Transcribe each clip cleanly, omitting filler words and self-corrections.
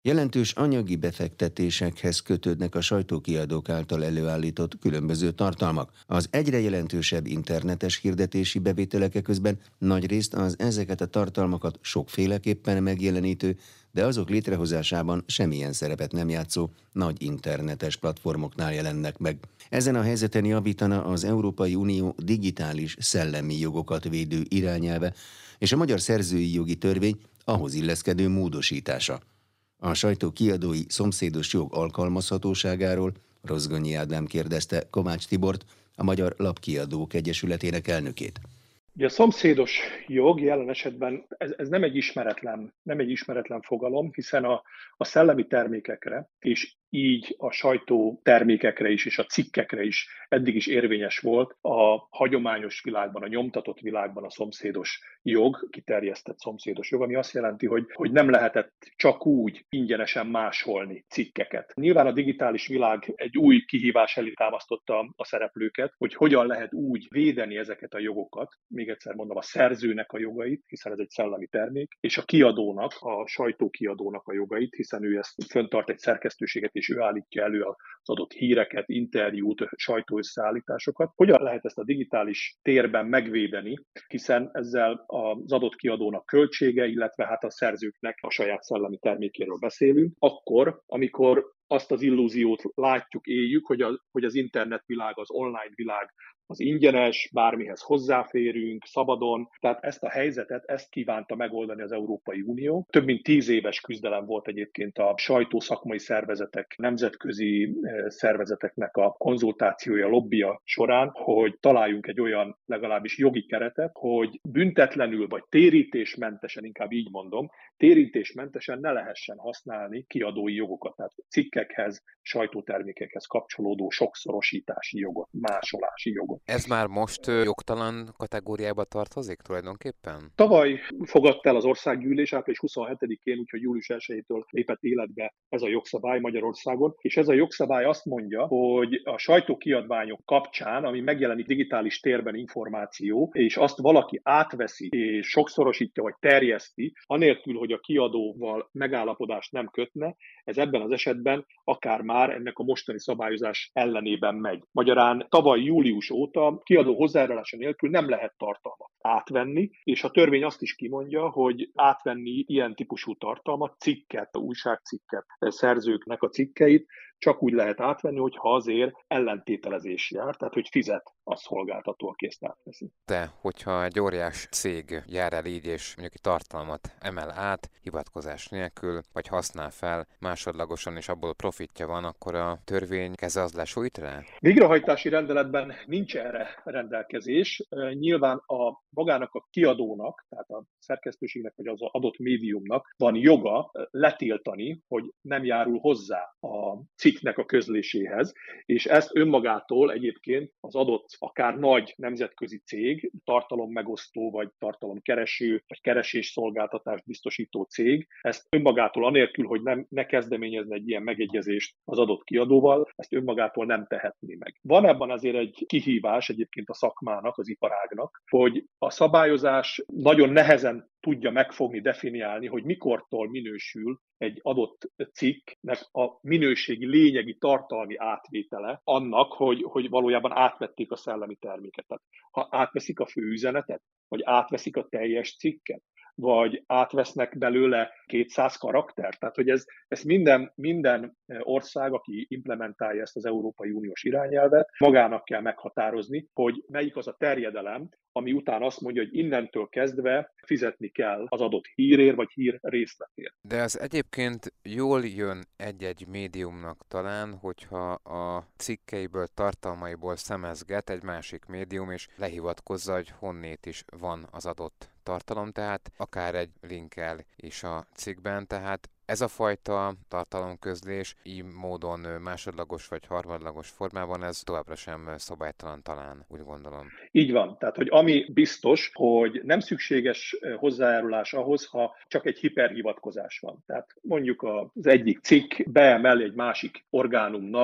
Jelentős anyagi befektetésekhez kötődnek a sajtókiadók által előállított különböző tartalmak. Az egyre jelentősebb internetes hirdetési bevételek közben nagyrészt az ezeket a tartalmakat sokféleképpen megjelenítő, de azok létrehozásában semmilyen szerepet nem játszó nagy internetes platformoknál jelennek meg. Ezen a helyzeten javítana az Európai Unió digitális szellemi jogokat védő irányelve és a magyar szerzői jogi törvény ahhoz illeszkedő módosítása. A sajtó kiadói szomszédos jog alkalmazhatóságáról Rozgonyi Ádám kérdezte Kovács Tibort, a Magyar Lapkiadók Egyesületének elnökét. Ugye a szomszédos jog jelen esetben ez nem egy ismeretlen fogalom, hiszen a szellemi termékekre és így a sajtó termékekre is és a cikkekre is eddig is érvényes volt a hagyományos világban, a nyomtatott világban a szomszédos jog, kiterjesztett szomszédos jog, ami azt jelenti, hogy nem lehetett csak úgy ingyenesen másolni cikkeket. Nyilván a digitális világ egy új kihívás elé támasztotta a szereplőket, hogy hogyan lehet úgy védeni ezeket a jogokat, még egyszer mondom, a szerzőnek a jogait, hiszen ez egy szellemi termék, és a kiadónak, a sajtókiadónak a jogait, hiszen ő ezt föntart egy szerkesztőséget, és ő állítja elő az adott híreket, interjút, sajtóösszeállításokat. Hogyan lehet ezt a digitális térben megvédeni, hiszen ezzel az adott kiadónak költsége, illetve hát a szerzőknek a saját szellemi termékéről beszélünk, akkor, amikor azt az illúziót látjuk, éljük, hogy az internetvilág, az online világ az ingyenes, bármihez hozzáférünk, szabadon. Tehát ezt a helyzetet, ezt kívánta megoldani az Európai Unió. Több mint 10 éves küzdelem volt egyébként a sajtószakmai szervezetek, nemzetközi szervezeteknek a konzultációja, lobbija során, hogy találjunk egy olyan legalábbis jogi keretet, hogy büntetlenül vagy térítésmentesen, inkább így mondom, térítésmentesen ne lehessen használni kiadói jogokat, tehát cikkekhez, sajtótermékekhez kapcsolódó sokszorosítási jogot, másolási jogot. Ez már most jogtalan kategóriába tartozik tulajdonképpen? Tavaly fogadta el az országgyűlés április 27-én, úgyhogy július 1-től lépett életbe ez a jogszabály Magyarországon, és ez a jogszabály azt mondja, hogy a sajtókiadványok kapcsán, ami megjelenik digitális térben információ, és azt valaki átveszi és sokszorosítja vagy terjeszti, anélkül, hogy a kiadóval megállapodást nem kötne, ez ebben az esetben akár már ennek a mostani szabályozás ellenében megy. Magyarán tavaly július óta kiadó hozzájárulása nélkül nem lehet tartalmat átvenni, és a törvény azt is kimondja, hogy átvenni ilyen típusú tartalmat, cikket, újságcikket, szerzőknek a cikkeit csak úgy lehet átvenni, hogyha azért ellentételezés jár, tehát hogy fizet a szolgáltató, aki ezt átveszi. De hogyha egy óriás cég jár el így, és mondjuk tartalmat emel át, hivatkozás nélkül, vagy használ fel másodlagosan, és abból profitja van, akkor a törvény keze az lesújt rá? Végrehajtási rendeletben nincs erre rendelkezés. Nyilván magának a kiadónak, tehát a szerkesztőségnek vagy az adott médiumnak van joga letiltani, hogy nem járul hozzá a cikknek a közléséhez, és ezt önmagától egyébként az adott akár nagy nemzetközi cég, tartalommegosztó, vagy tartalomkereső, vagy keresésszolgáltatást biztosító cég, ezt önmagától anélkül, hogy ne kezdeményezne egy ilyen megegyezést az adott kiadóval, ezt önmagától nem tehetné meg. Van ebben azért egy kihívás egyébként a szakmának, az iparágnak, hogy a szabályozás nagyon nehezen tudja megfogni, definiálni, hogy mikortól minősül egy adott cikknek a minőségi, lényegi, tartalmi átvétele annak, hogy valójában átvették a szellemi terméket. Tehát, ha átveszik a főüzenetet, vagy átveszik a teljes cikket, vagy átvesznek belőle 200 karaktert. Tehát, hogy ez minden ország, aki implementálja ezt az Európai Uniós irányelvet, magának kell meghatározni, hogy melyik az a terjedelem, ami után azt mondja, hogy innentől kezdve fizetni kell az adott hírért, vagy hír részletért. De ez egyébként jól jön egy-egy médiumnak talán, hogyha a cikkeiből, tartalmaiból szemezget egy másik médium, és lehivatkozza, hogy honnét is van az adott tartalom, tehát akár egy linkkel is a cikkben, tehát ez a fajta tartalomközlés így módon másodlagos vagy harmadlagos formában, ez továbbra sem szabálytalan talán, úgy gondolom. Így van. Tehát, hogy ami biztos, hogy nem szükséges hozzájárulás ahhoz, ha csak egy hiperhivatkozás van. Tehát mondjuk az egyik cikk beemel egy másik orgánumnak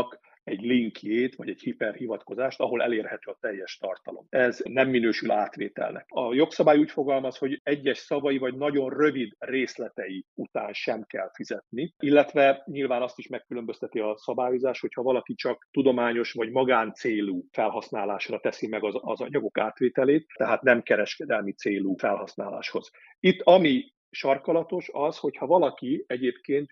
egy linkjét, vagy egy hiperhivatkozást, ahol elérhető a teljes tartalom. Ez nem minősül átvételnek. A jogszabály úgy fogalmaz, hogy egyes szavai vagy nagyon rövid részletei után sem kell fizetni, illetve nyilván azt is megkülönbözteti a szabályozás, hogyha valaki csak tudományos vagy magáncélú felhasználásra teszi meg az anyagok átvételét, tehát nem kereskedelmi célú felhasználáshoz. Itt ami sarkalatos az, hogyha valaki egyébként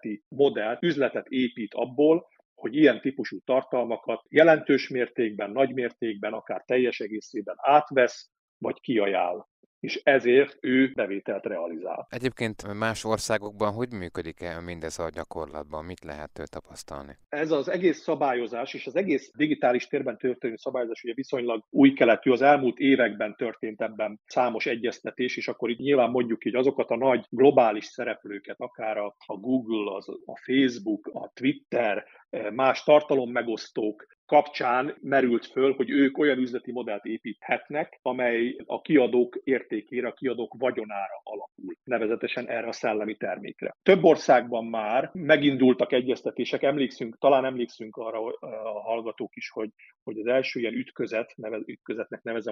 üzletet épít abból, hogy ilyen típusú tartalmakat jelentős mértékben, nagy mértékben, akár teljes egészében átvesz, vagy kiajánl. És ezért ő bevételt realizál. Egyébként más országokban hogy működik mindez a gyakorlatban? Mit lehet tapasztalni? Ez az egész szabályozás, és az egész digitális térben történő szabályozás ugye viszonylag új keletű, az elmúlt években történt ebben számos egyeztetés, és akkor itt nyilván mondjuk így azokat a nagy globális szereplőket, akár a Google, a Facebook, a Twitter, más tartalommegosztók kapcsán merült föl, hogy ők olyan üzleti modellt építhetnek, amely a kiadók értékére, a kiadók vagyonára alapul, nevezetesen erre a szellemi termékre. Több országban már megindultak egyeztetések, talán emlékszünk arra a hallgatók is, hogy az első ilyen ütközetnek nevezem,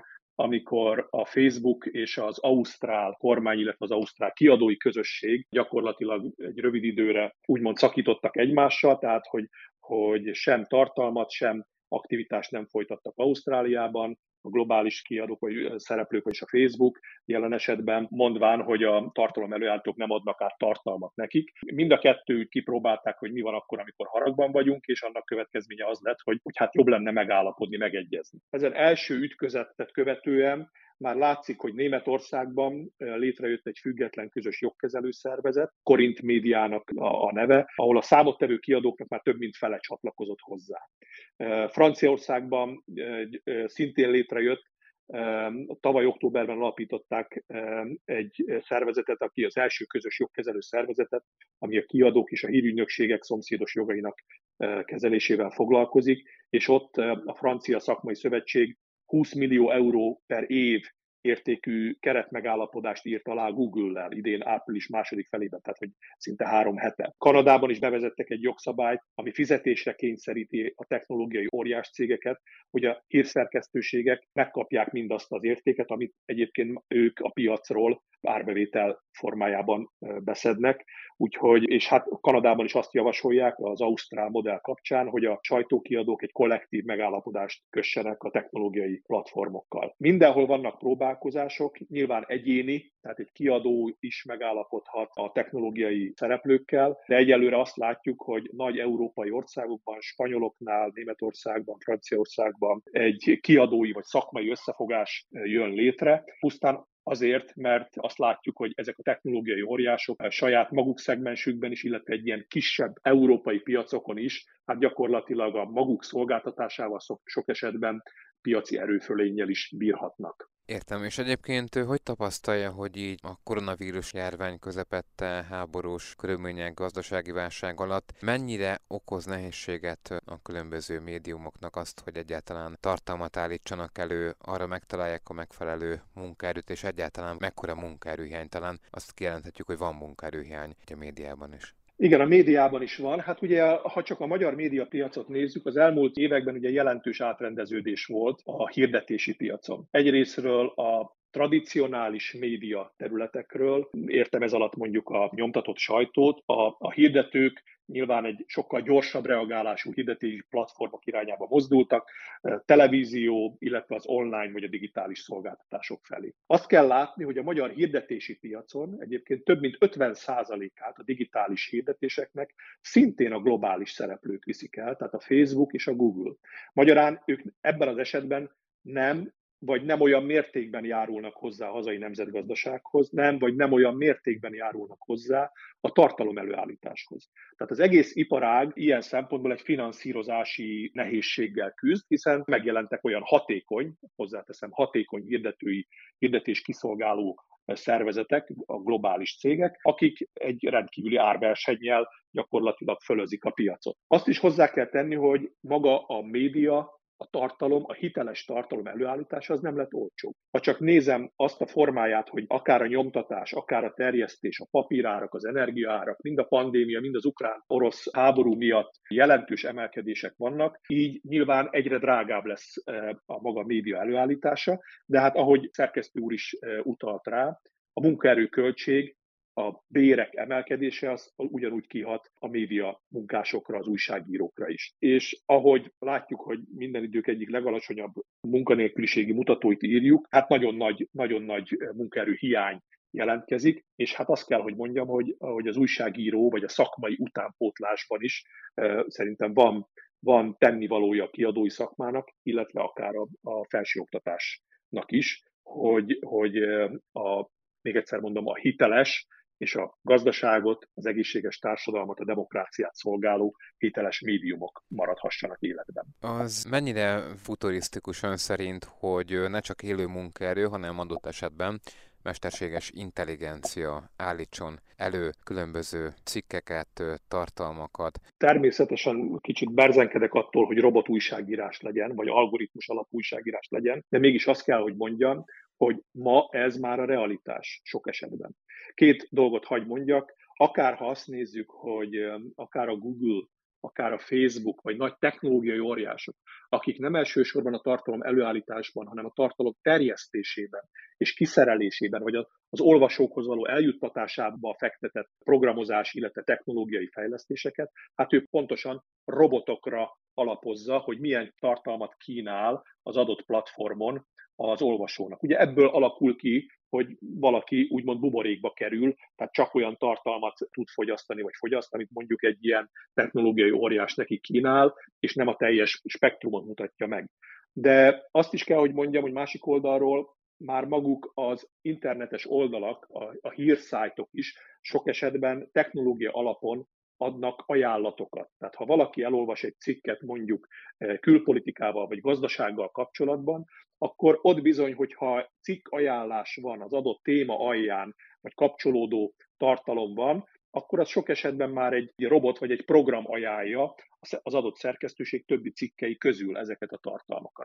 amikor a Facebook és az ausztrál kormány, illetve az ausztrál kiadói közösség gyakorlatilag egy rövid időre úgymond szakítottak egymással, tehát hogy sem tartalmat, sem aktivitást nem folytattak Ausztráliában, a globális kiadók vagy szereplők, vagyis a Facebook jelen esetben, mondván, hogy a tartalom előállítók nem adnak át tartalmat nekik. Mind a kettő kipróbálták, hogy mi van akkor, amikor haragban vagyunk, és annak következménye az lett, hogy hát jobb lenne megállapodni, megegyezni. Ezen első ütközetet követően már látszik, hogy Németországban létrejött egy független közös jogkezelő szervezet, Korint Médiának a neve, ahol a számottevő kiadóknak már több mint fele csatlakozott hozzá. Franciaországban szintén létrejött, tavaly októberben alapították egy szervezetet, aki az első közös jogkezelő szervezetet, ami a kiadók és a hírügynökségek szomszédos jogainak kezelésével foglalkozik, és ott a Francia Szakmai Szövetség 20 millió euró per év értékű keretmegállapodást írt alá Google-lel idén április második felében, tehát hogy szinte 3 hete. Kanadában is bevezettek egy jogszabályt, ami fizetésre kényszeríti a technológiai óriás cégeket, hogy a hírszerkesztőségek megkapják mindazt az értéket, amit egyébként ők a piacról árbevétel formájában beszednek. Úgyhogy, és hát Kanadában is azt javasolják az ausztrál modell kapcsán, hogy a sajtókiadók egy kollektív megállapodást kössenek a technológiai platformokkal. Mindenhol vannak próbálkozások, nyilván egyéni, tehát egy kiadó is megállapodhat a technológiai szereplőkkel, de egyelőre azt látjuk, hogy nagy európai országokban, spanyoloknál, Németországban, Franciaországban egy kiadói vagy szakmai összefogás jön létre, pusztán azért, mert azt látjuk, hogy ezek a technológiai óriások a saját maguk szegmensükben is, illetve egy ilyen kisebb európai piacokon is, hát gyakorlatilag a maguk szolgáltatásával sok esetben piaci erőfölénnyel is bírhatnak. Értem, és egyébként hogy tapasztalja, hogy így a koronavírus járvány közepette háborús körülmények, gazdasági válság alatt mennyire okoz nehézséget a különböző médiumoknak azt, hogy egyáltalán tartalmat állítsanak elő, arra megtalálják a megfelelő munkaerőt, és egyáltalán mekkora munkaerőhiány, talán azt kijelenthetjük, hogy van munkaerőhiány a médiában is. Igen, a médiában is van. Hát ugye, ha csak a magyar médiapiacot nézzük, az elmúlt években ugye jelentős átrendeződés volt a hirdetési piacon. Egyrészről a tradicionális média területekről, értem ez alatt mondjuk a nyomtatott sajtót, a hirdetők nyilván egy sokkal gyorsabb reagálású hirdetési platformok irányába mozdultak, televízió, illetve az online vagy a digitális szolgáltatások felé. Azt kell látni, hogy a magyar hirdetési piacon egyébként több mint 50%-át a digitális hirdetéseknek szintén a globális szereplők viszik el, tehát a Facebook és a Google. Magyarán ők ebben az esetben nem olyan mértékben járulnak hozzá a hazai nemzetgazdasághoz, nem olyan mértékben járulnak hozzá a tartalom előállításhoz. Tehát az egész iparág ilyen szempontból egy finanszírozási nehézséggel küzd, hiszen megjelentek olyan hatékony hirdetés kiszolgáló szervezetek, a globális cégek, akik egy rendkívüli árversennyel gyakorlatilag fölözik a piacot. Azt is hozzá kell tenni, hogy maga a média a tartalom, a hiteles tartalom előállítása az nem lett olcsó. Ha csak nézem azt a formáját, hogy akár a nyomtatás, akár a terjesztés, a papírárak, az energiaárak, mind a pandémia, mind az ukrán-orosz háború miatt jelentős emelkedések vannak, így nyilván egyre drágább lesz a maga média előállítása, de hát ahogy szerkesztő úr is utalt rá, a munkaerőköltség, a bérek emelkedése az ugyanúgy kihat a média munkásokra, az újságírókra is. És ahogy látjuk, hogy minden idők egyik legalacsonyabb munkanélküliségi mutatóit írjuk, hát nagyon nagy munkaerő hiány jelentkezik, és hát azt kell, hogy mondjam, hogy az újságíró vagy a szakmai utánpótlásban is szerintem van tennivalója a kiadói szakmának, illetve akár a felsőoktatásnak is, hogy még egyszer mondom, a hiteles és a gazdaságot, az egészséges társadalmat, a demokráciát szolgáló hiteles médiumok maradhassanak életben. Az mennyire futurisztikus ön szerint, hogy ne csak élő munkaerő, hanem adott esetben mesterséges intelligencia állítson elő különböző cikkeket, tartalmakat? Természetesen kicsit berzenkedek attól, hogy robot újságírás legyen, vagy algoritmus alapú újságírás legyen, de mégis azt kell, hogy mondjam, hogy ma ez már a realitás sok esetben. Két dolgot hagy mondjak, akár ha azt nézzük, hogy akár a Google, akár a Facebook, vagy nagy technológiai óriások, akik nem elsősorban a tartalom előállításban, hanem a tartalom terjesztésében és kiszerelésében, vagy az olvasókhoz való eljuttatásában fektetett programozás, illetve technológiai fejlesztéseket, hát ők pontosan robotokra alapozza, hogy milyen tartalmat kínál az adott platformon az olvasónak. Ugye ebből alakul ki, hogy valaki úgymond buborékba kerül, tehát csak olyan tartalmat tud fogyasztani, vagy fogyaszt, amit mondjuk egy ilyen technológiai óriás neki kínál, és nem a teljes spektrumot mutatja meg. De azt is kell, hogy mondjam, hogy másik oldalról már maguk az internetes oldalak, a hírszájtok is sok esetben technológia alapon adnak ajánlatokat. Tehát ha valaki elolvas egy cikket mondjuk külpolitikával vagy gazdasággal kapcsolatban, akkor ott bizony, hogyha cikk ajánlás van az adott téma alján, vagy kapcsolódó tartalom van, akkor az sok esetben már egy robot vagy egy program ajánlja az adott szerkesztőség többi cikkei közül ezeket a tartalmakat.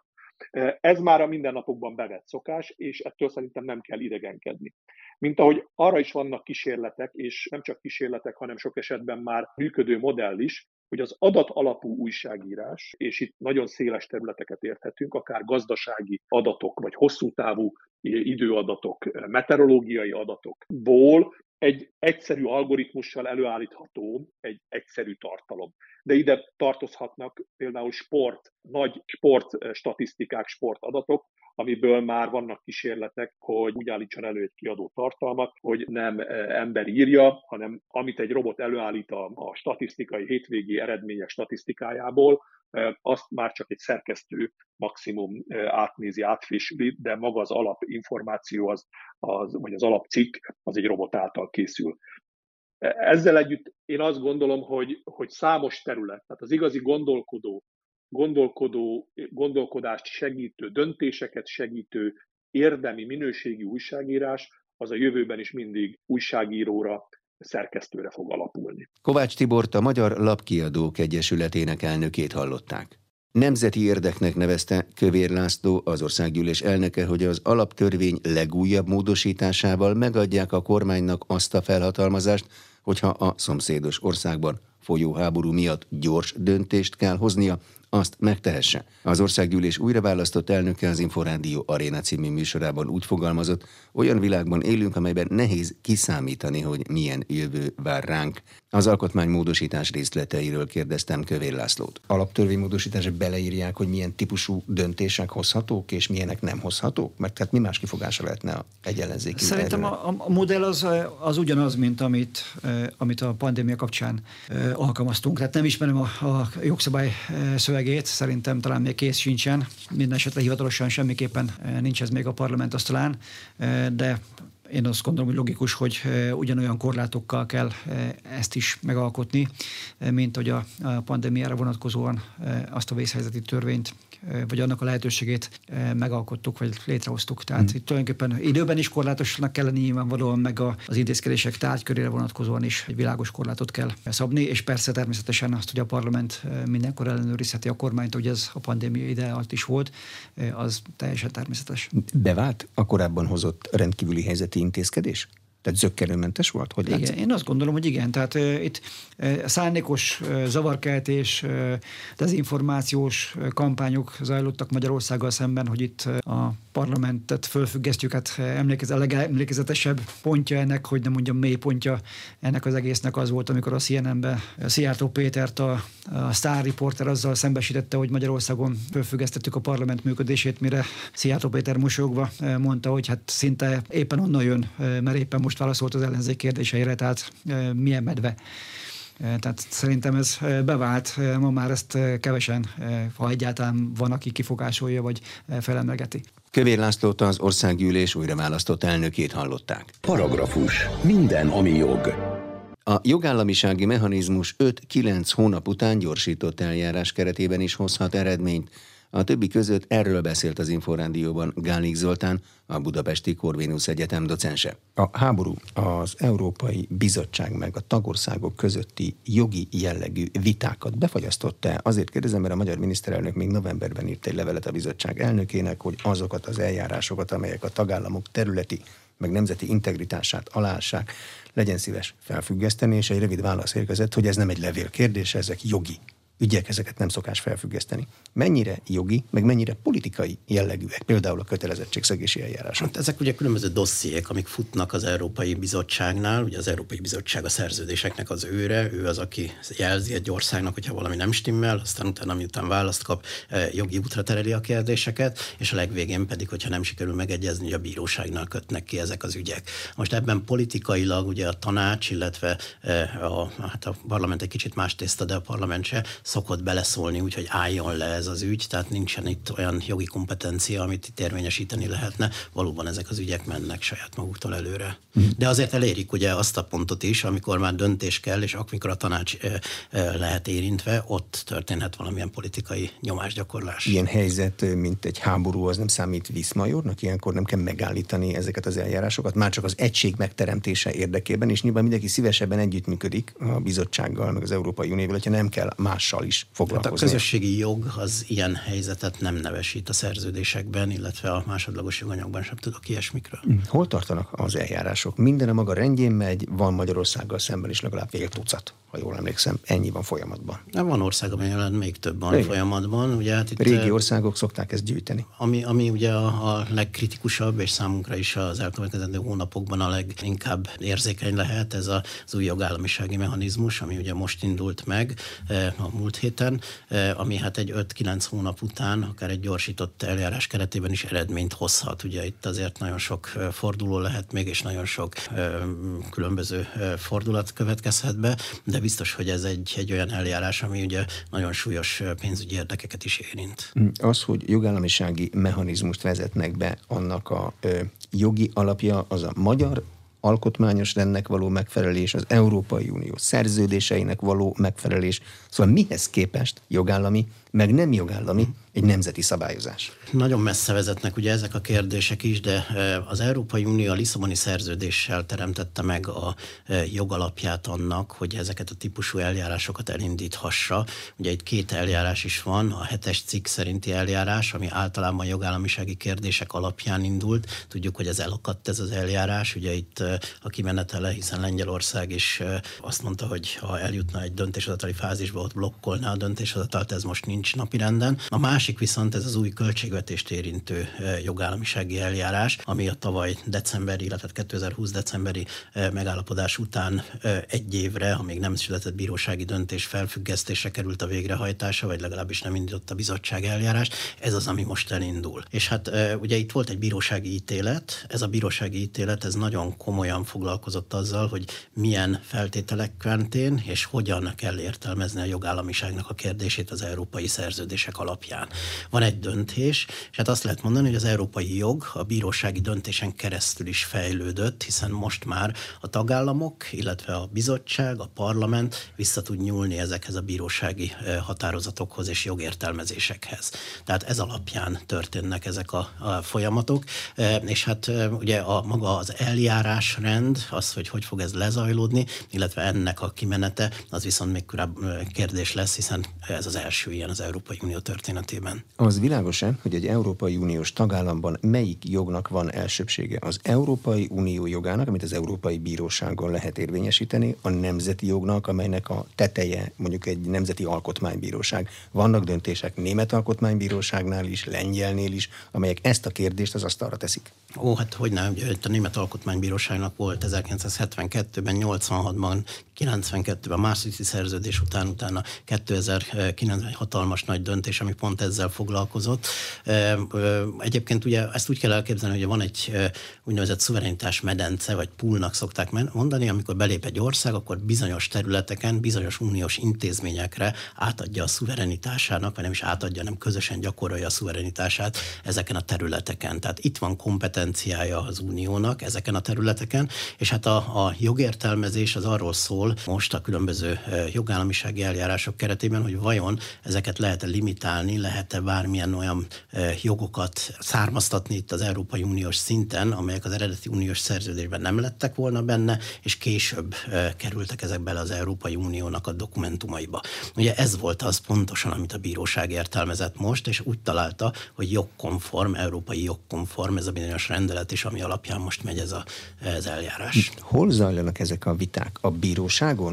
Ez már a mindennapokban bevett szokás, és ettől szerintem nem kell idegenkedni. Mint ahogy arra is vannak kísérletek, és nem csak kísérletek, hanem sok esetben már működő modell is, hogy az adatalapú újságírás, és itt nagyon széles területeket érthetünk, akár gazdasági adatok, vagy hosszú távú időadatok, meteorológiai adatokból egy egyszerű algoritmussal előállítható egy egyszerű tartalom. De ide tartozhatnak például nagy sportstatisztikák, sportadatok, amiből már vannak kísérletek, hogy úgy állítson elő egy kiadó tartalmat, hogy nem ember írja, hanem amit egy robot előállít a statisztikai hétvégi eredmények statisztikájából, azt már csak egy szerkesztő maximum átnézi, átfrissíti, de maga az alapinformáció vagy az alapcikk az egy robot által készül. Ezzel együtt én azt gondolom, hogy számos terület, tehát az igazi gondolkodást segítő, döntéseket segítő, érdemi, minőségi újságírás, az a jövőben is mindig újságíróra, szerkesztőre fog alapulni. Kovács Tibort, a Magyar Lapkiadók Egyesületének elnökét hallották. Nemzeti érdeknek nevezte Kövér László, az országgyűlés elnöke, hogy az alaptörvény legújabb módosításával megadják a kormánynak azt a felhatalmazást, hogyha a szomszédos országban folyó háború miatt gyors döntést kell hoznia, azt megtehesse. Az országgyűlés újraválasztott elnöke az Inforádió Aréna című műsorában úgy fogalmazott, olyan világban élünk, amelyben nehéz kiszámítani, hogy milyen jövő vár ránk. Az alkotmánymódosítás részleteiről kérdeztem Kövér Lászlót. Alaptörvénymódosításra beleírják, hogy milyen típusú döntések hozhatók, és milyenek nem hozhatók? Mert tehát mi más kifogása lehetne egy ellenzéki? Szerintem a modell az ugyanaz, mint amit a pandémia kapcsán alkalmaztunk. Tehát nem ismerem a jogszabály szövegét, szerintem talán még kész sincsen. Minden esetre hivatalosan semmiképpen nincs ez még a parlament asztalán, de Én azt gondolom, hogy logikus, hogy ugyanolyan korlátokkal kell ezt is megalkotni, mint hogy a pandémiára vonatkozóan azt a vészhelyzeti törvényt, vagy annak a lehetőségét megalkottuk, vagy létrehoztuk. Tehát itt tulajdonképpen időben is korlátosnak kell lenni nyilvánvalóan, meg az intézkedések tárgykörére vonatkozóan is egy világos korlátot kell szabni, és persze természetesen azt, hogy a parlament mindenkor ellenőrizheti a kormányt, hogy ez a pandémia ide alatt is volt, az teljesen természetes. Bevált a korábban hozott rendkívüli helyzeti intézkedés? Tehát zökkenőmentes volt? Hogy igen, én azt gondolom, hogy igen. Tehát itt szándékos zavarkeltés, dezinformációs kampányok zajlottak Magyarországgal szemben, hogy itt a parlamentet fölfüggesztjük. Hát a legemlékezetesebb pontja ennek, hogy nem mondjam mély pontja ennek az egésznek az volt, amikor a CNN-ben Szijjártó Pétert a Sztár riporter azzal szembesítette, hogy Magyarországon fölfüggesztettük a parlament működését, mire Szijjártó Péter mosolyogva mondta, hogy hát szinte éppen onnan jön, mert éppen most válaszolt az ellenzék kérdéseire, tehát milyen medve. Tehát szerintem ez bevált, ma már ezt kevesen, ha egyáltalán van, aki kifogásolja vagy felemlegeti. Kövér Lászlót, az országgyűlés újra választott elnökét hallották. Paragrafus. Minden, ami jog. A jogállamisági mechanizmus 5-9 hónap után gyorsított eljárás keretében is hozhat eredményt. A többi között erről beszélt az Inforádióban Gálik Zoltán, a budapesti Corvinus Egyetem docense. A háború az Európai Bizottság meg a tagországok közötti jogi jellegű vitákat befagyasztotta. Azért kérdezem, mert a magyar miniszterelnök még novemberben írt egy levelet a bizottság elnökének, hogy azokat az eljárásokat, amelyek a tagállamok területi meg nemzeti integritását aláássák, legyen szíves felfüggeszteni, és egy rövid válasz érkezett, hogy ez nem egy levél kérdése, ezek jogi ügyek, ezeket nem szokás felfüggeszteni. Mennyire jogi, meg mennyire politikai jellegűek, például a kötelezettségszegési eljárások? Hát ezek ugye különböző dossziék, amik futnak az Európai Bizottságnál. Ugye az Európai Bizottság a szerződéseknek az őre, ő az, aki jelzi egy országnak, hogyha valami nem stimmel, aztán utána, miután választ kap, jogi útra tereli a kérdéseket, és a legvégén pedig, hogyha nem sikerül megegyezni, hogy a bíróságnál kötnek ki ezek az ügyek. Most ebben politikailag ugye a tanács, illetve a parlament egy kicsit más tészta, de a parlament se szokott beleszólni, úgyhogy álljon le ez az ügy, tehát nincsen itt olyan jogi kompetencia, amit itt érvényesíteni lehetne. Valóban ezek az ügyek mennek saját maguktól előre. De azért elérik ugye azt a pontot is, amikor már döntés kell, és amikor a tanács lehet érintve, ott történhet valamilyen politikai nyomásgyakorlás. Ilyen helyzet, mint egy háború, az nem számít viszmajornak? Ilyenkor nem kell megállítani ezeket az eljárásokat, már csak az egység megteremtése érdekében, és nyilván mindenki szívesebben együttműködik a bizottsággal, meg az Európai Unióval, hogyha nem kell mással is foglalkozni. Hát a közösségi jog az ilyen helyzetet nem nevesít a szerződésekben, illetve a másodlagos joganyagban sem tudok ilyesmikről. Hol tartanak az eljárások? Minden a maga rendjén megy, van Magyarországgal szemben is legalább fél tucat, ha jól emlékszem, ennyi van folyamatban. Van ország, amelyen még több van folyamatban. Ugye, hát itt régi országok szokták ezt gyűjteni. Ami ugye a legkritikusabb, és számunkra is az elkövetkezendő hónapokban a leginkább érzékeny lehet, ez az új jogállamisági mechanizmus, ami ugye most indult meg a múlt héten, ami hát egy 5-9 hónap után, akár egy gyorsított eljárás keretében is eredményt hozhat. Ugye itt azért nagyon sok forduló lehet még, és nagyon sok különböző fordulat következhet be, de biztos, hogy ez egy olyan eljárás, ami ugye nagyon súlyos pénzügyi érdekeket is érint. Az, hogy jogállamisági mechanizmust vezetnek be, annak a jogi alapja az a magyar alkotmányos rendnek való megfelelés, az Európai Unió szerződéseinek való megfelelés. Szóval mihez képest jogállami, meg nem jogállami egy nemzeti szabályozás? Nagyon messze vezetnek ugye ezek a kérdések is, de az Európai Unió a Lisszaboni szerződéssel teremtette meg a jogalapját annak, hogy ezeket a típusú eljárásokat elindíthassa. Ugye itt 2 eljárás is van, a 7-es cikk szerinti eljárás, ami általában jogállamisági kérdések alapján indult. Tudjuk, hogy ez elakadt ez az eljárás, ugye itt a kimenetele, hiszen Lengyelország is azt mondta, hogy ha eljutna egy döntéshozatali fázisba, ott blokkolná a döntéshozatalt, ez most nincs napirenden. A másik viszont ez az új költségvetést érintő jogállamisági eljárás, ami a tavaly decemberi, illetve 2020 decemberi megállapodás után 1 évre, amíg nem született bírósági döntés, felfüggesztésre került a végrehajtása, vagy legalábbis nem indított a bizottság eljárást. Ez az, ami most elindul. És hát ugye itt volt egy bírósági ítélet, ez a bírósági ítélet, ez nagyon komolyan foglalkozott azzal, hogy milyen feltételek mentén és hogyan kell értelmezni a jogállamiságnak a kérdését az európai szerződések alapján. Van egy döntés, és hát azt lehet mondani, hogy az európai jog a bírósági döntésen keresztül is fejlődött, hiszen most már a tagállamok, illetve a bizottság, a parlament vissza tud nyúlni ezekhez a bírósági határozatokhoz és jogértelmezésekhez. Tehát ez alapján történnek ezek a folyamatok, és hát ugye maga az eljárásrend, az, hogy fog ez lezajlódni, illetve ennek a kimenete, az viszont még kérdés lesz, hiszen ez az első ilyen az Európai Unió történetében. Az világos-e, hogy egy Európai Uniós tagállamban melyik jognak van elsőbsége? Az Európai Unió jogának, amit az Európai Bíróságon lehet érvényesíteni, a nemzeti jognak, amelynek a teteje mondjuk egy nemzeti alkotmánybíróság. Vannak döntések német alkotmánybíróságnál is, lengyelnél is, amelyek ezt a kérdést az asztalra teszik. Hát hogyne, ugye a német alkotmánybíróságnak volt 1972-ben, 86-ban, 92-ben Maastrichti szerződés utána 2009-ben egy hatalmas nagy döntés, ami pont ezzel foglalkozott. Egyébként ugye ezt úgy kell elképzelni, hogy van egy úgynevezett szuverenitás medence, vagy poolnak szokták mondani, amikor belép egy ország, akkor bizonyos területeken, bizonyos uniós intézményekre átadja a szuverenitásának, vagy nem is átadja, hanem közösen gyakorolja a szuverenitását ezeken a területeken. Tehát itt van kompetenciája az uniónak ezeken a területeken, és hát a jogértelmezés az arról szól most a különböző jogállamisági eljárások keretében, hogy vajon ezeket lehet-e limitálni, lehet-e bármilyen olyan jogokat származtatni itt az Európai Uniós szinten, amelyek az eredeti uniós szerződésben nem lettek volna benne, és később kerültek ezek bele az Európai Uniónak a dokumentumaiba. Ugye ez volt az pontosan, amit a bíróság értelmezett most, és úgy találta, hogy jogkonform, európai jogkonform ez a bizonyos rendelet is, ami alapján most megy ez az eljárás. Hol zajlanak ezek a viták? A bíróságon?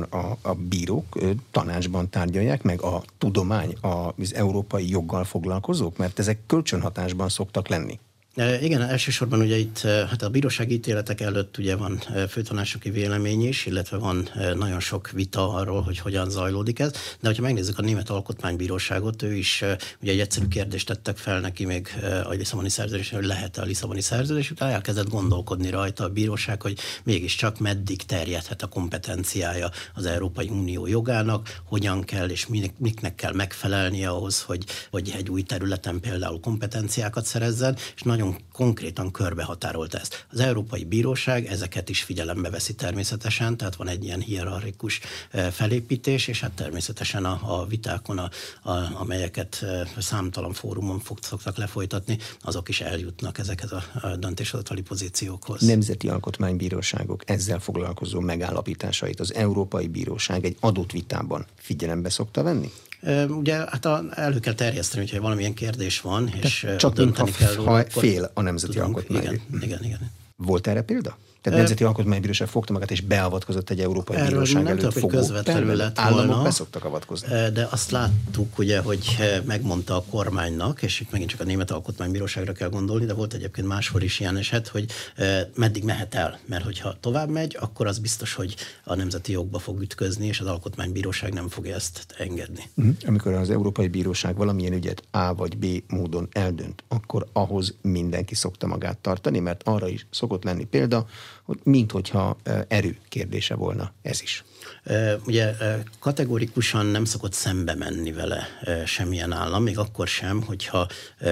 A bírók tanácsban tárgyalják meg a tudomány, az európai joggal foglalkozók? Mert ezek kölcsönhatásban szoktak lenni. Igen, elsősorban ugye itt hát a bírósági ítéletek előtt ugye van főtanácsoki vélemény is, illetve van nagyon sok vita arról, hogy hogyan zajlódik ez, de hogyha megnézzük a Német Alkotmánybíróságot, ő is ugye egy egyszerű kérdést tettek fel neki még a Lisszaboni szerződés, hogy lehet-e a Lisszaboni szerződés, utána elkezdett gondolkodni rajta a bíróság, hogy mégiscsak meddig terjedhet a kompetenciája az Európai Unió jogának, hogyan kell és miknek kell megfelelnie ahhoz, hogy egy új területen például kompetenciákat szerezzen, és nagyon konkrétan körbehatárolt ezt. Az Európai Bíróság ezeket is figyelembe veszi természetesen, tehát van egy ilyen hierarchikus felépítés, és hát természetesen a vitákon, amelyeket számtalan fórumon szoktak lefolytatni, azok is eljutnak ezekhez a döntéshozatali pozíciókhoz. Nemzeti alkotmánybíróságok ezzel foglalkozó megállapításait az Európai Bíróság egy adott vitában figyelembe szokta venni? Ugye hát elő kell terjeszteni, hogyha valamilyen kérdés van, és csak dönteni kell róla, ha fél a Nemzeti Alkotmány. Igen. Volt erre példa? Tehát Nemzeti Alkotmánybíróság fogta magát és beavatkozott egy Európai Bíróság előtt fogó perben. Államok be szoktak avatkozni. De azt láttuk, ugye, hogy megmondta a kormánynak, és itt megint csak a Német Alkotmánybíróságra kell gondolni, de volt egyébként máshol is ilyen eset, hogy meddig mehet el. Mert hogyha tovább megy, akkor az biztos, hogy a nemzeti jogba fog ütközni, és az Alkotmánybíróság nem fogja ezt engedni. Amikor az Európai Bíróság valamilyen ügyet A vagy B módon eldönt, akkor ahhoz mindenki szokta magát tartani, mert arra is szokott lenni példa, hogy minthogyha erő kérdése volna ez is. Ugye kategorikusan nem szokott szembe menni vele semmilyen állam, még akkor sem, hogyha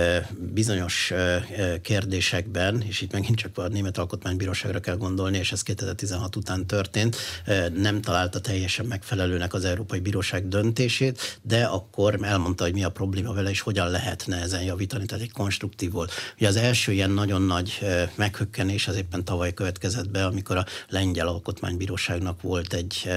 bizonyos kérdésekben, és itt megint csak a Német Alkotmánybíróságra kell gondolni, és ez 2016 után történt, nem találta teljesen megfelelőnek az Európai Bíróság döntését, de akkor elmondta, hogy mi a probléma vele, és hogyan lehetne ezen javítani, tehát egy konstruktív volt. Ugye az első ilyen nagyon nagy meghökkenés az éppen tavaly következett be, amikor a Lengyel Alkotmánybíróságnak volt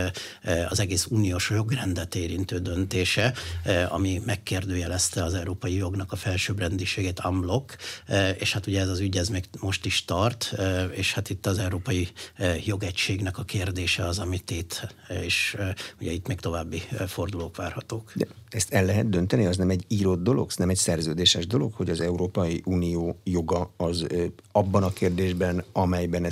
az egész uniós jogrendet érintő döntése, ami megkérdőjelezte az európai jognak a felsőbbrendiségét en bloc, és hát ugye ez az ügy ez még most is tart, és hát itt az európai jogegységnek a kérdése az, amit és ugye itt még további fordulók várhatók. De ezt el lehet dönteni? Az nem egy írott dolog, nem egy szerződéses dolog, hogy az Európai Unió joga az abban a kérdésben, amelyben ez szabályozik,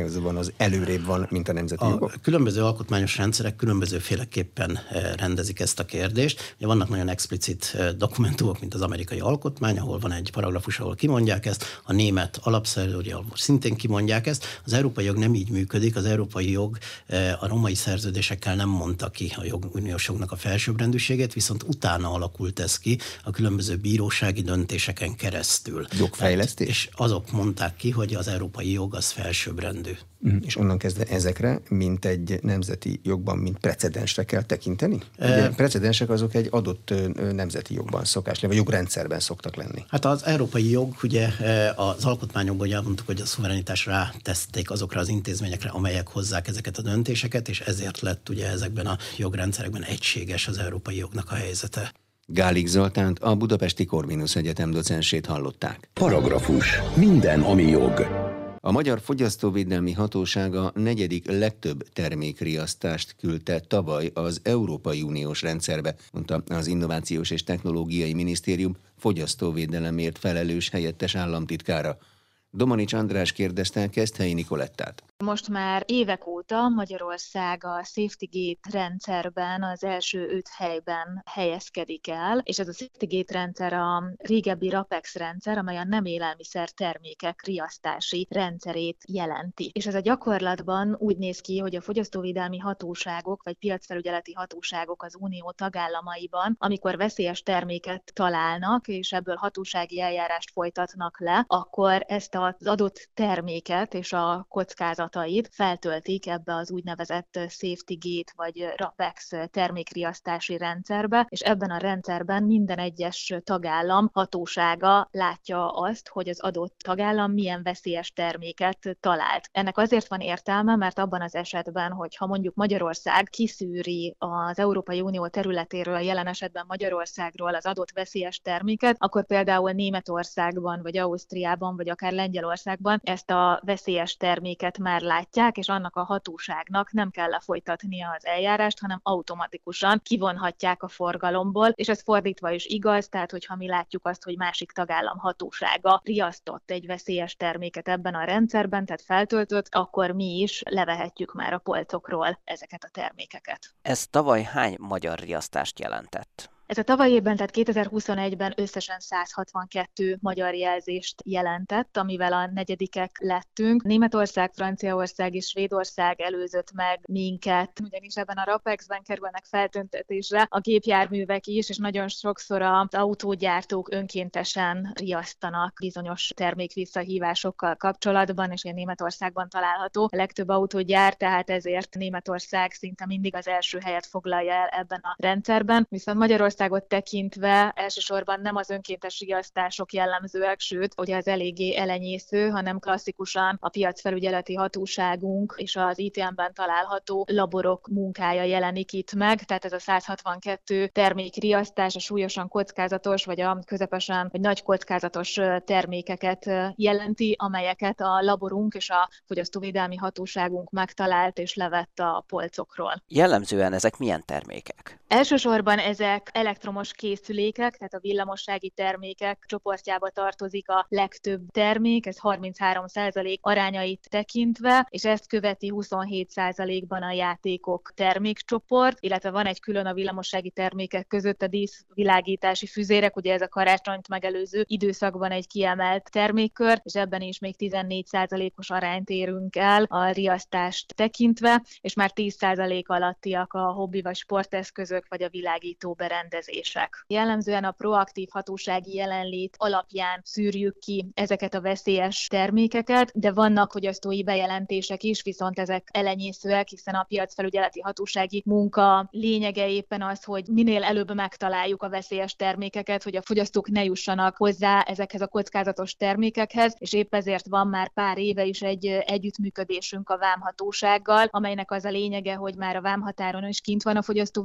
vonatkozóan az előrébb van, mint a nemzeti jogok? A különböző alkotmányos rendszerek különbözőféleképpen rendezik ezt a kérdést. Ugye vannak nagyon explicit dokumentumok, mint az amerikai alkotmány, ahol van egy paragrafus, ahol kimondják ezt, a német alapszerződés, ahol szintén kimondják ezt. Az európai jog nem így működik, az európai jog a római szerződésekkel nem mondta ki a uniós jognak a felsőbbrendűségét, viszont utána alakult ez ki a különböző bírósági döntéseken keresztül. Jogfejlesztés? És azok mondták ki, hogy az európai jog az felsőbbrendű. És onnan kezdve ezekre, mint egy nemzeti jogban, mint precedensre kell tekinteni? Ugye precedensek azok egy adott nemzeti jogban szokás, vagy jogrendszerben szoktak lenni. Hát az európai jog, ugye az alkotmányokban elmondtuk, hogy a szuverenitásra ráteszték azokra az intézményekre, amelyek hozzák ezeket a döntéseket, és ezért lett ugye ezekben a jogrendszerekben egységes az európai jognak a helyzete. Gálik Zoltánt, a Budapesti Corvinus Egyetem docensét hallották. Paragrafus. Minden, ami jog. A Magyar Fogyasztóvédelmi Hatóság a 4. legtöbb termékriasztást küldte tavaly az Európai Uniós rendszerbe, mondta az Innovációs és Technológiai Minisztérium fogyasztóvédelemért felelős helyettes államtitkára. Domanics András kérdezte Keszthelyi Nikolettát. Most már évek óta Magyarország a Safety Gate rendszerben az első 5 helyben helyezkedik el, és ez a Safety Gate rendszer a régebbi RAPEX rendszer, amely a nem élelmiszer termékek riasztási rendszerét jelenti. És ez a gyakorlatban úgy néz ki, hogy a fogyasztóvédelmi hatóságok vagy piacfelügyeleti hatóságok az unió tagállamaiban, amikor veszélyes terméket találnak, és ebből hatósági eljárást folytatnak le, akkor ezt az adott terméket és a kockázatait feltöltik ebbe az úgynevezett Safety Gate vagy RAPEX termékriasztási rendszerbe, és ebben a rendszerben minden egyes tagállam hatósága látja azt, hogy az adott tagállam milyen veszélyes terméket talált. Ennek azért van értelme, mert abban az esetben, hogyha mondjuk Magyarország kiszűri az Európai Unió területéről, jelen esetben Magyarországról az adott veszélyes terméket, akkor például Németországban, vagy Ausztriában, vagy akár Lengyelországban ezt a veszélyes terméket már látják, és annak a hatóságnak nem kell lefolytatnia az eljárást, hanem automatikusan kivonhatják a forgalomból, és ez fordítva is igaz, tehát hogyha mi látjuk azt, hogy másik tagállam hatósága riasztott egy veszélyes terméket ebben a rendszerben, tehát feltöltött, akkor mi is levehetjük már a polcokról ezeket a termékeket. Ez tavaly hány magyar riasztást jelentett? Ez a tavalyi évben, tehát 2021-ben összesen 162 magyar jelzést jelentett, amivel a negyedikek lettünk. Németország, Franciaország és Svédország előzött meg minket, ugyanis ebben a RAPEX-ben kerülnek feltüntetésre a gépjárművek is, és nagyon sokszor az autógyártók önkéntesen riasztanak bizonyos termékvisszahívásokkal kapcsolatban, és ilyen Németországban található a legtöbb autógyár, tehát ezért Németország szinte mindig az első helyet foglalja el ebben a rendszerben, viszont Magyarországot tekintve elsősorban nem az önkéntes riasztások jellemzőek, sőt, ugye az eléggé elenyésző, hanem klasszikusan a piacfelügyeleti hatóságunk és az ITM-ben található laborok munkája jelenik itt meg, tehát ez a 162 termékriasztás a súlyosan kockázatos, vagy a közepesen vagy nagy kockázatos termékeket jelenti, amelyeket a laborunk és a fogyasztóvédelmi hatóságunk megtalált és levett a polcokról. Jellemzően ezek milyen termékek? Elsősorban ezek elektromos készülékek, tehát a villamossági termékek csoportjába tartozik a legtöbb termék, ez 33% arányait tekintve, és ezt követi 27%-ban a játékok termékcsoport, illetve van egy külön a villamossági termékek között a díszvilágítási füzérek, ugye ez a karácsonyt megelőző időszakban egy kiemelt termékkör, és ebben is még 14%-os arányt érünk el a riasztást tekintve, és már 10% alattiak a hobbi vagy sporteszközök vagy a világító berendezések. Jellemzően a proaktív hatósági jelenlét alapján szűrjük ki ezeket a veszélyes termékeket, de vannak fogyasztói bejelentések is, viszont ezek elenyészőek, hiszen a piacfelügyeleti hatósági munka lényege éppen az, hogy minél előbb megtaláljuk a veszélyes termékeket, hogy a fogyasztók ne jussanak hozzá ezekhez a kockázatos termékekhez, és épp ezért van már pár éve is egy együttműködésünk a vámhatósággal, amelynek az a lényege, hogy már a vámhatáron is kint van a fogyasztóvédelmi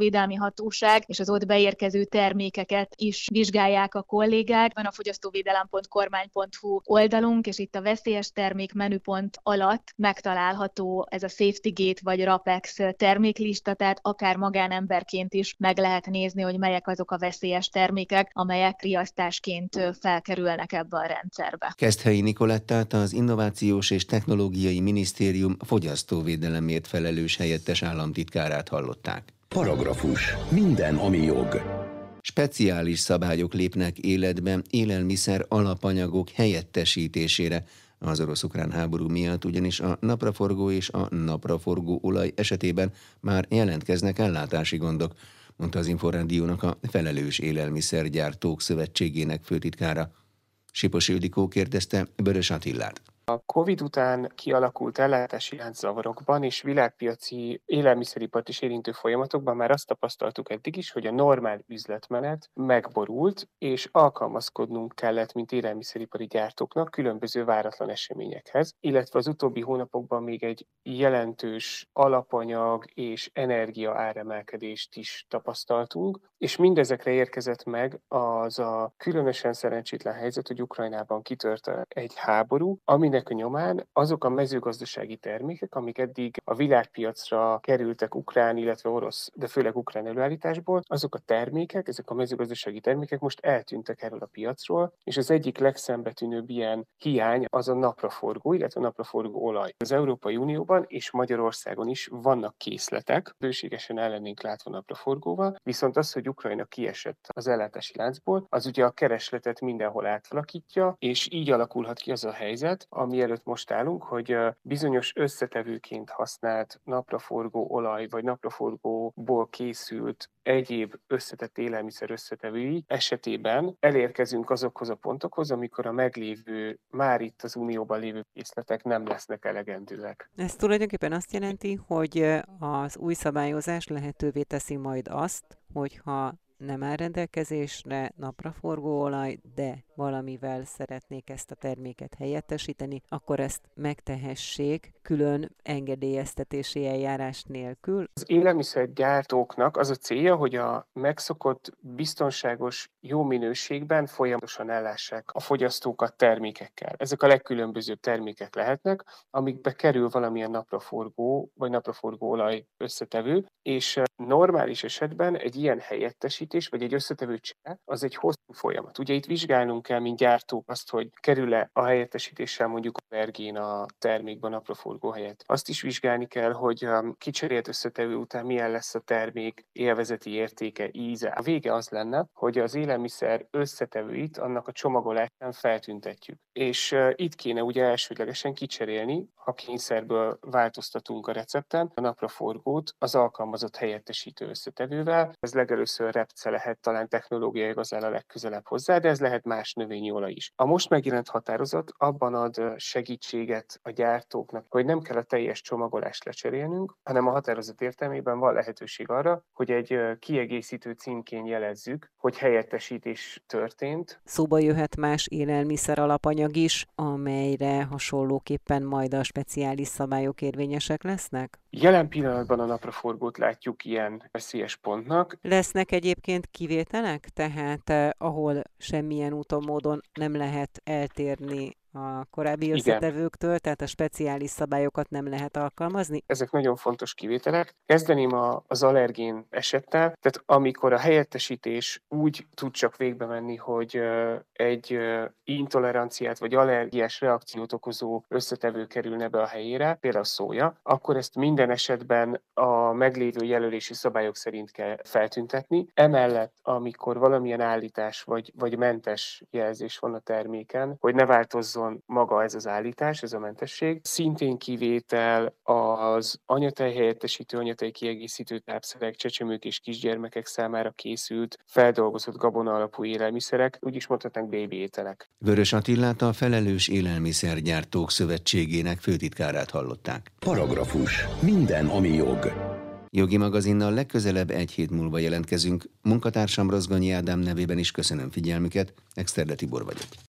Versenyhatóság, és az ott beérkező termékeket is vizsgálják a kollégák. Van a fogyasztóvédelem.kormány.hu oldalunk, és itt a veszélyes termék menüpont alatt megtalálható ez a Safety Gate vagy RAPEX terméklista, tehát akár magánemberként is meg lehet nézni, hogy melyek azok a veszélyes termékek, amelyek riasztásként felkerülnek ebbe a rendszerbe. Keszthelyi Nikolettát, az Innovációs és Technológiai Minisztérium fogyasztóvédelemért felelős helyettes államtitkárát hallották. Paragrafus. Minden, ami jog. Speciális szabályok lépnek életbe élelmiszer alapanyagok helyettesítésére. Az orosz-ukrán háború miatt ugyanis a napraforgó és a napraforgó olaj esetében már jelentkeznek ellátási gondok, mondta az Inforádiónak a Felelős Élelmiszergyártók Szövetségének főtitkára. Sipos Ildikó kérdezte Börös Attillát. A Covid után kialakult ellátási lánczavarokban és világpiaci élelmiszeripart is érintő folyamatokban már azt tapasztaltuk eddig is, hogy a normál üzletmenet megborult, és alkalmazkodnunk kellett, mint élelmiszeripari gyártóknak különböző váratlan eseményekhez, illetve az utóbbi hónapokban még egy jelentős alapanyag és energia áremelkedést is tapasztaltunk, és mindezekre érkezett meg az a különösen szerencsétlen helyzet, hogy Ukrajnában kitört egy háború, aminek a nyomán azok a mezőgazdasági termékek, amik eddig a világpiacra kerültek ukrán, illetve orosz, de főleg ukrán előállításból, azok a termékek, ezek a mezőgazdasági termékek most eltűntek erről a piacról, és az egyik legszembetűnőbb ilyen hiány az a napraforgó, illetve a napraforgó olaj. Az Európai Unióban és Magyarországon is vannak készletek, bőségesen el lennénk látva napraforgóval, viszont az, hogy Ukrajna kiesett az ellátási láncból, az ugye a keresletet mindenhol átalakítja, és így alakulhat ki az a helyzet, ami előtt most állunk, hogy bizonyos összetevőként használt napraforgó olaj vagy napraforgóból készült egyéb összetett élelmiszer összetevői esetében elérkezünk azokhoz a pontokhoz, amikor a meglévő, már itt az Unióban lévő készletek nem lesznek elegendőek. Ez tulajdonképpen azt jelenti, hogy az új szabályozás lehetővé teszi majd azt, hogyha nem áll rendelkezésre napraforgó olaj, de valamivel szeretnék ezt a terméket helyettesíteni, akkor ezt megtehessék külön engedélyeztetési eljárás nélkül. Az élelmiszergyártóknak az a célja, hogy a megszokott, biztonságos, jó minőségben folyamatosan ellássák a fogyasztókat termékekkel. Ezek a legkülönbözőbb termékek lehetnek, amikbe kerül valamilyen napraforgó vagy napraforgó olaj összetevő, és normális esetben egy ilyen helyettesítés vagy egy összetevő csere az egy hosszú folyamat. Ugye itt vizsgálnunk kell, mint gyártók azt, hogy kerül-e a helyettesítéssel mondjuk a vergén a termékben napraforgó helyett. Azt is vizsgálni kell, hogy kicserélt összetevő után milyen lesz a termék élvezeti értéke, íze. A vége az lenne, hogy az élelmiszer összetevőit annak a csomagolásán feltüntetjük. És itt kéne ugye elsődlegesen kicserélni, ha kényszerből változtatunk a recepten, a napraforgót az alkalmazott helyettesítő összetevővel. Ez legelőször repce lehet, talán technológiai igazán a legközelebb hozzá, de ez lehet más növényi olaj is. A most megjelent határozat abban ad segítséget a gyártóknak, hogy nem kell a teljes csomagolást lecserélnünk, hanem a határozat értelmében van lehetőség arra, hogy egy kiegészítő címkén jelezzük, hogy helyettesítés történt. Szóba jöhet más élelmiszer alapanyag is, amelyre hasonlóképpen majd a speciális szabályok érvényesek lesznek? Jelen pillanatban a napraforgót látjuk ilyen veszélyes pontnak. Lesznek egyébként kivételek? Tehát ahol semmilyen úton, módon nem lehet eltérni a korábbi összetevőktől, tehát a speciális szabályokat nem lehet alkalmazni? Ezek nagyon fontos kivételek. Kezdeném az allergén esettel, tehát amikor a helyettesítés úgy tud csak végbe menni, hogy egy intoleranciát vagy allergiás reakciót okozó összetevő kerülne be a helyére, például szója, akkor ezt minden esetben a meglévő jelölési szabályok szerint kell feltüntetni. Emellett, amikor valamilyen állítás vagy mentes jelzés van a terméken, hogy ne változzon maga ez az állítás, ez a mentesség. Szintén kivétel az anyatej helyettesítő, anyatej kiegészítő tápszerek, csecsemők és kisgyermekek számára készült, feldolgozott gabona alapú élelmiszerek, úgyis mondhatnánk bébi ételek. Vörös Attillát, a Felelős Élelmiszergyártók Szövetségének főtitkárát hallották. Paragrafus. Minden, ami jog. Jogi magazinnal legközelebb egy hét múlva jelentkezünk. Munkatársam Rozgonyi Ádám nevében is köszönöm figyelmüket, Exterde Tibor vagyok.